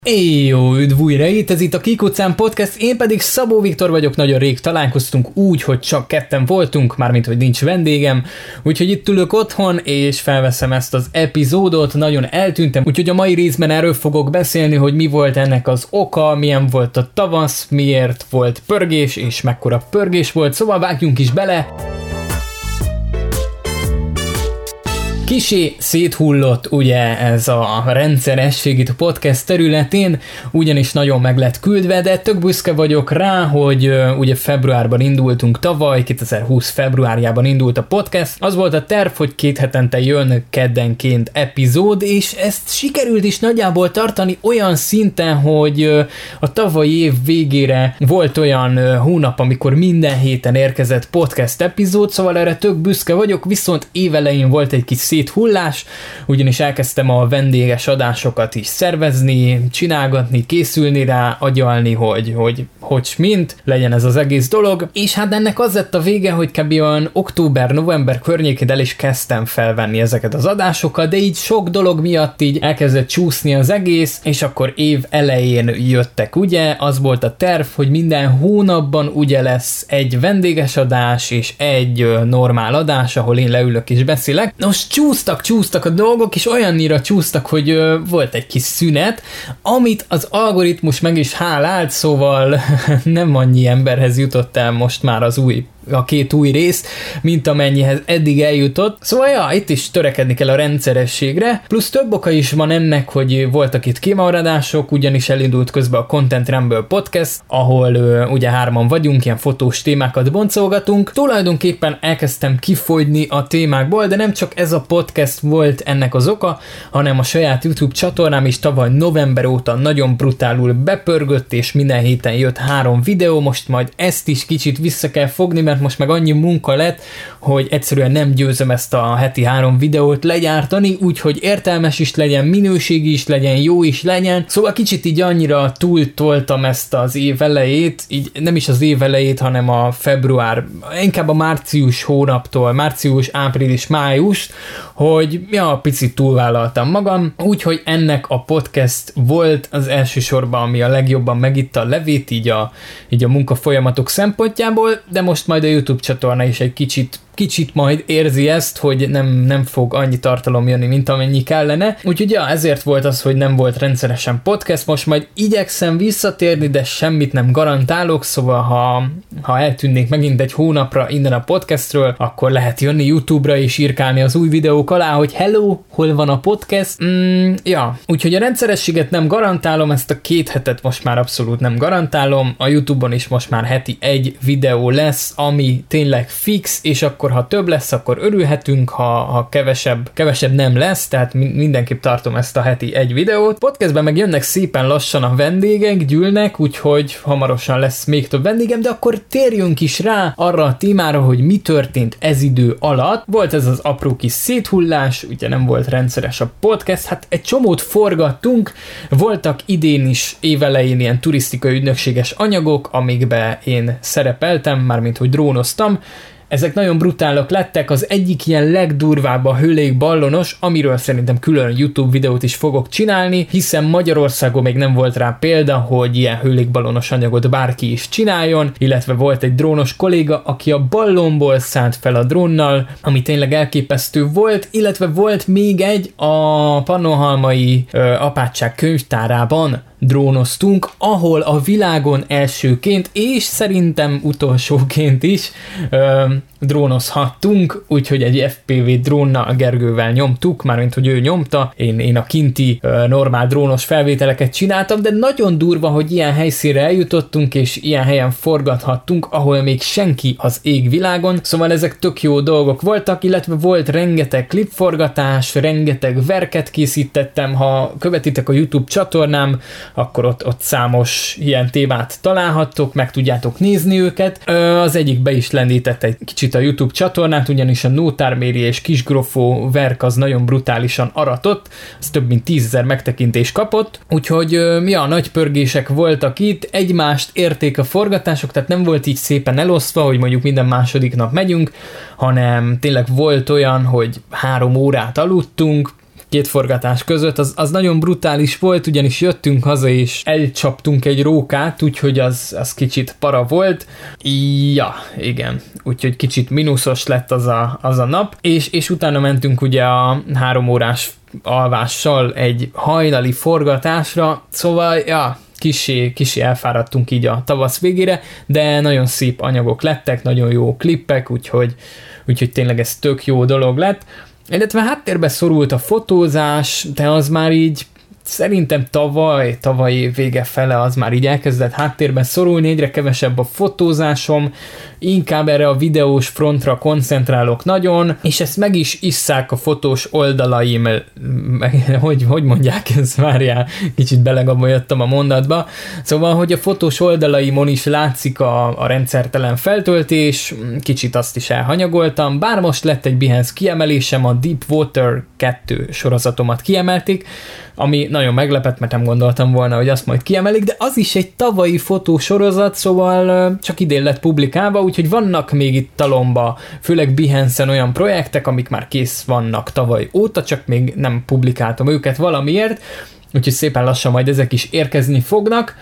Jó, üdv újra, ez itt a Kik utcán podcast, én pedig Szabó Viktor vagyok, nagyon rég találkoztunk úgy, hogy csak ketten voltunk, mármint, hogy nincs vendégem, úgyhogy itt ülök otthon, és felveszem ezt az epizódot, nagyon eltűntem, úgyhogy a mai részben erről fogok beszélni, hogy mi volt ennek az oka, milyen volt a tavasz, miért volt pörgés, és mekkora pörgés volt, szóval vágjunk is bele! Kisé széthullott ugye ez a rendszeresség itt a podcast területén, ugyanis nagyon meg lett küldve, de tök büszke vagyok rá, hogy ugye februárban indultunk tavaly, 2020 februárjában indult a podcast. Az volt a terv, hogy 2 hetente jön keddenként epizód, és ezt sikerült is nagyjából tartani olyan szinten, hogy a tavalyi év végére volt olyan hónap, amikor minden héten érkezett podcast epizód, szóval erre tök büszke vagyok, viszont évelején volt egy kis széthullás, ugyanis elkezdtem a vendéges adásokat is szervezni, csinálgatni, készülni rá, agyalni, hogy mint legyen ez az egész dolog, és hát ennek az lett a vége, hogy kb. Olyan október-november környékén el is kezdtem felvenni ezeket az adásokat, de így sok dolog miatt így elkezdett csúszni az egész, és akkor év elején jöttek, ugye, az volt a terv, hogy minden hónapban ugye lesz egy vendéges adás, és egy normál adás, ahol én leülök és beszélek. Nos, csúsztak a dolgok, és olyannyira csúsztak, hogy volt egy kis szünet, amit az algoritmus meg is hálált, szóval nem annyi emberhez jutott el most már a 2 új rész, mint amennyihez eddig eljutott. Szóval itt is törekedni kell a rendszerességre, plusz több oka is van ennek, hogy voltak itt kimaradások, ugyanis elindult közben a Content Rumble podcast, ahol ugye 3-an vagyunk, ilyen fotós témákat boncolgatunk. Tulajdonképpen elkezdtem kifogyni a témákból, de nem csak ez a podcast volt ennek az oka, hanem a saját YouTube csatornám is tavaly november óta nagyon brutálul bepörgött, és minden héten jött 3 videó, most majd ezt is kicsit vissza kell fogni, mert most meg annyi munka lett, hogy egyszerűen nem győzöm ezt a heti 3 videót legyártani, úgyhogy értelmes is legyen, minőségi is legyen, jó is legyen. Szóval kicsit így annyira túltoltam ezt az év elejét, így nem is az év elejét, hanem a február, inkább a március hónaptól, március, április, május, hogy picit túlvállaltam magam, úgyhogy ennek a podcast volt az elsősorban, ami a legjobban megitta a levét, így a munkafolyamatok szempontjából, de most majd a YouTube csatorna is egy kicsit majd érzi ezt, hogy nem fog annyi tartalom jönni, mint amennyi kellene. Úgyhogy ezért volt az, hogy nem volt rendszeresen podcast, most majd igyekszem visszatérni, de semmit nem garantálok, szóval ha eltűnnék megint egy hónapra innen a podcastről, akkor lehet jönni YouTube-ra és írkálni az új videók alá, hogy hello, hol van a podcast? Úgyhogy a rendszerességet nem garantálom, ezt a 2 hetet most már abszolút nem garantálom, a YouTube-on is most már heti 1 videó lesz, ami tényleg fix, és akkor ha több lesz, akkor örülhetünk, ha kevesebb nem lesz, tehát mindenképp tartom ezt a heti 1 videót. Podcastben meg jönnek szépen lassan a vendégek, gyűlnek, úgyhogy hamarosan lesz még több vendégem, de akkor térjünk is rá arra a témára, hogy mi történt ez idő alatt. Volt ez az apró kis széthullás, ugye nem volt rendszeres a podcast, hát egy csomót forgattunk, voltak idén is évelején ilyen turisztikai ügynökséges anyagok, amikbe én szerepeltem, mármint hogy drónoztam. Ezek nagyon brutálok lettek, az egyik ilyen legdurvább a hőlégballonos, amiről szerintem külön YouTube videót is fogok csinálni, hiszen Magyarországon még nem volt rá példa, hogy ilyen hőlégballonos anyagot bárki is csináljon, illetve volt egy drónos kolléga, aki a ballonból szállt fel a drónnal, ami tényleg elképesztő volt, illetve volt még egy a Pannonhalmai apátság könyvtárában drónoztunk, ahol a világon elsőként, és szerintem utolsóként is drónozhattunk, úgyhogy egy FPV drónnal Gergővel nyomtuk, mármint hogy ő nyomta, én a kinti normál drónos felvételeket csináltam, de nagyon durva, hogy ilyen helyszínre eljutottunk, és ilyen helyen forgathattunk, ahol még senki az égvilágon, szóval ezek tök jó dolgok voltak, illetve volt rengeteg klipforgatás, rengeteg verket készítettem, ha követitek a YouTube csatornám, akkor ott számos ilyen témát találhattok, meg tudjátok nézni őket. Az egyik be is lendített egy kicsit a YouTube csatornát, ugyanis a Nótárméri és Kisgrofó verk az nagyon brutálisan aratott, az több mint 10 000 megtekintést kapott, úgyhogy nagy pörgések voltak itt, egymást érték a forgatások, tehát nem volt így szépen elosztva, hogy mondjuk minden második nap megyünk, hanem tényleg volt olyan, hogy 3 órát aludtunk, két forgatás között, az nagyon brutális volt, ugyanis jöttünk haza és elcsaptunk egy rókát, úgyhogy az kicsit para volt. Ja, igen, úgyhogy kicsit mínuszos lett az a nap, és utána mentünk ugye a 3 órás alvással egy hajnali forgatásra, szóval ja, kissé elfáradtunk így a tavasz végére, de nagyon szép anyagok lettek, nagyon jó klippek, úgyhogy tényleg ez tök jó dolog lett. Illetve háttérbe szorult a fotózás, de az már így szerintem tavaly év vége fele az már így elkezdett háttérben szorulni, egyre kevesebb a fotózásom, inkább erre a videós frontra koncentrálok nagyon, és ezt meg is isszák a fotós oldalaim, hogy mondják ezt, várjál, kicsit belegabolyodtam a mondatba, szóval, hogy a fotós oldalaimon is látszik a rendszertelen feltöltés, kicsit azt is elhanyagoltam, bár most lett egy Behance kiemelésem, a Deep Water 2 sorozatomat kiemelték, ami nagyon meglepett, mert nem gondoltam volna, hogy azt majd kiemelik, de az is egy tavalyi fotósorozat, szóval csak idén lett publikálva, úgyhogy vannak még itt talomba, főleg Behance-en olyan projektek, amik már kész vannak tavaly óta, csak még nem publikáltam őket valamiért, úgyhogy szépen lassan majd ezek is érkezni fognak.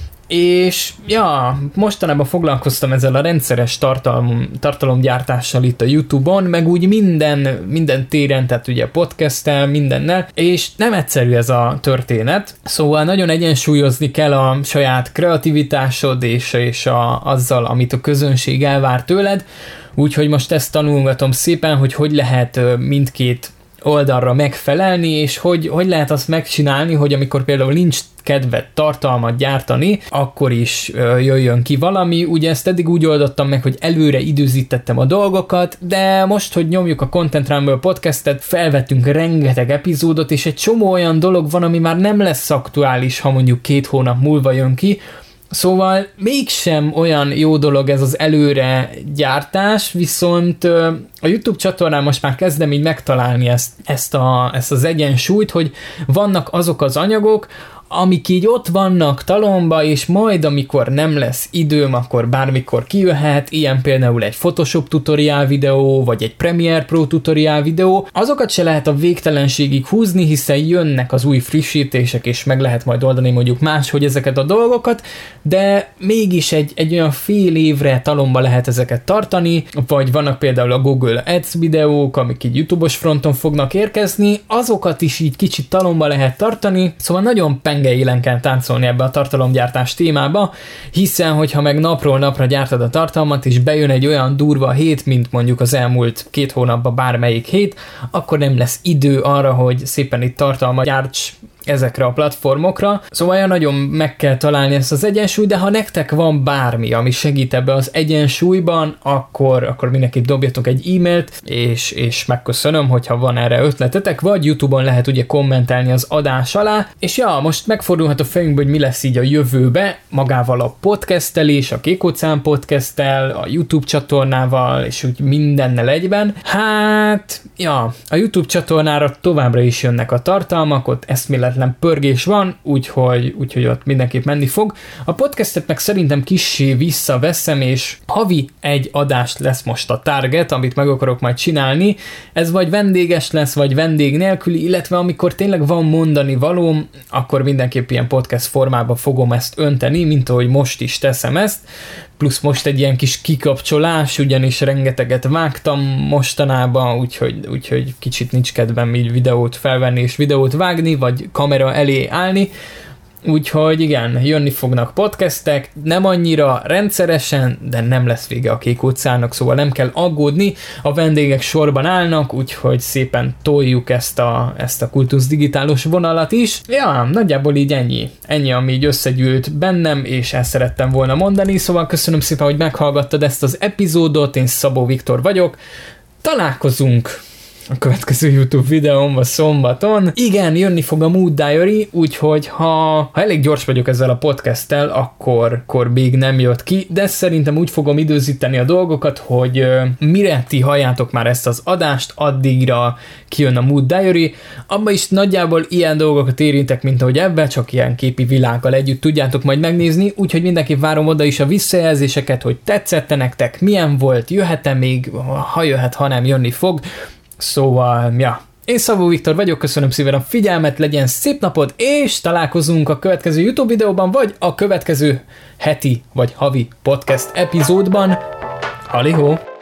És ja, mostanában foglalkoztam ezzel a rendszeres tartalomgyártással itt a YouTube-on, meg úgy minden téren, tehát ugye podcasttel, mindennel, és nem egyszerű ez a történet, szóval nagyon egyensúlyozni kell a saját kreativitásod és azzal, amit a közönség elvár tőled, úgyhogy most ezt tanulgatom szépen, hogy lehet mindkét oldalra megfelelni, és hogy lehet azt megcsinálni, hogy amikor például nincs kedved tartalmat gyártani, akkor is jöjjön ki valami. Ugye ezt eddig úgy oldottam meg, hogy előre időzítettem a dolgokat, de most, hogy nyomjuk a Content Rumble podcastet, felvettünk rengeteg epizódot, és egy csomó olyan dolog van, ami már nem lesz aktuális, ha mondjuk 2 hónap múlva jön ki, szóval mégsem olyan jó dolog ez az előre gyártás, viszont a YouTube csatornán most már kezdem így megtalálni ezt az egyensúlyt, hogy vannak azok az anyagok, amik így ott vannak talomba, és majd amikor nem lesz időm, akkor bármikor kijöhet, ilyen például egy Photoshop tutoriál videó, vagy egy Premiere Pro tutoriál videó, azokat se lehet a végtelenségig húzni, hiszen jönnek az új frissítések, és meg lehet majd oldani mondjuk máshogy ezeket a dolgokat, de mégis egy olyan fél évre talomba lehet ezeket tartani, vagy vannak például a Google Ads videók, amik így YouTube-os fronton fognak érkezni, azokat is így kicsit talomba lehet tartani, szóval nagyon élen kell táncolni ebbe a tartalomgyártás témába, hiszen hogyha meg napról napra gyártod a tartalmat, és bejön egy olyan durva hét, mint mondjuk az elmúlt 2 hónapban bármelyik hét, akkor nem lesz idő arra, hogy szépen itt tartalmat gyárts ezekre a platformokra. Szóval nagyon meg kell találni ezt az egyensúlyt, de ha nektek van bármi, ami segít ebbe az egyensúlyban, akkor mindenképp dobjatok egy e-mailt, és megköszönöm, hogyha van erre ötletetek, vagy YouTube-on lehet ugye kommentelni az adás alá, és ja, most megfordulhat a fejünkbe, hogy mi lesz így a jövőbe, magával a podcasttelés, a Kék Óceán podcasttel, a YouTube csatornával, és úgy mindennel egyben. Hát, ja, a YouTube csatornára továbbra is jönnek a tartalmak, ott eszméletlen pörgés van, úgyhogy ott mindenképp menni fog. A podcastet meg szerintem kissé visszaveszem, és havi 1 adást lesz most a target, amit meg akarok majd csinálni. Ez vagy vendéges lesz, vagy vendég nélküli, illetve amikor tényleg van mondani valóm, akkor mindenképp ilyen podcast formában fogom ezt önteni, mint ahogy most is teszem ezt. Plusz most egy ilyen kis kikapcsolás, ugyanis rengeteget vágtam mostanában, úgyhogy kicsit nincs kedvem így videót felvenni és videót vágni, vagy kamera elé állni. Úgyhogy igen, jönni fognak podcastek, nem annyira rendszeresen, de nem lesz vége a Kék Óceánnak, szóval nem kell aggódni, a vendégek sorban állnak, úgyhogy szépen toljuk ezt a Kultusz digitálos vonalat is. Ja, nagyjából így ennyi, ami így összegyűlt bennem, és ezt szerettem volna mondani, szóval köszönöm szépen, hogy meghallgattad ezt az epizódot, én Szabó Viktor vagyok, találkozunk a következő YouTube videómban szombaton. Igen, jönni fog a Mood Diary, úgyhogy ha elég gyors vagyok ezzel a podcasttel, akkor még nem jött ki, de szerintem úgy fogom időzíteni a dolgokat, hogy mire ti halljátok már ezt az adást, addigra kijön a Mood Diary. Abba is nagyjából ilyen dolgokat érintek, mint ahogy ebben, csak ilyen képi világgal együtt tudjátok majd megnézni, úgyhogy mindenképp várom oda is a visszajelzéseket, hogy tetszette nektek, milyen volt, jöhet-e még, ha jöhet, ha nem, jönni fog. Szóval, ja, Én Szabó Viktor vagyok, köszönöm szépen a figyelmet, legyen szép napod, és találkozunk a következő YouTube videóban, vagy a következő heti vagy havi podcast epizódban. Halihó!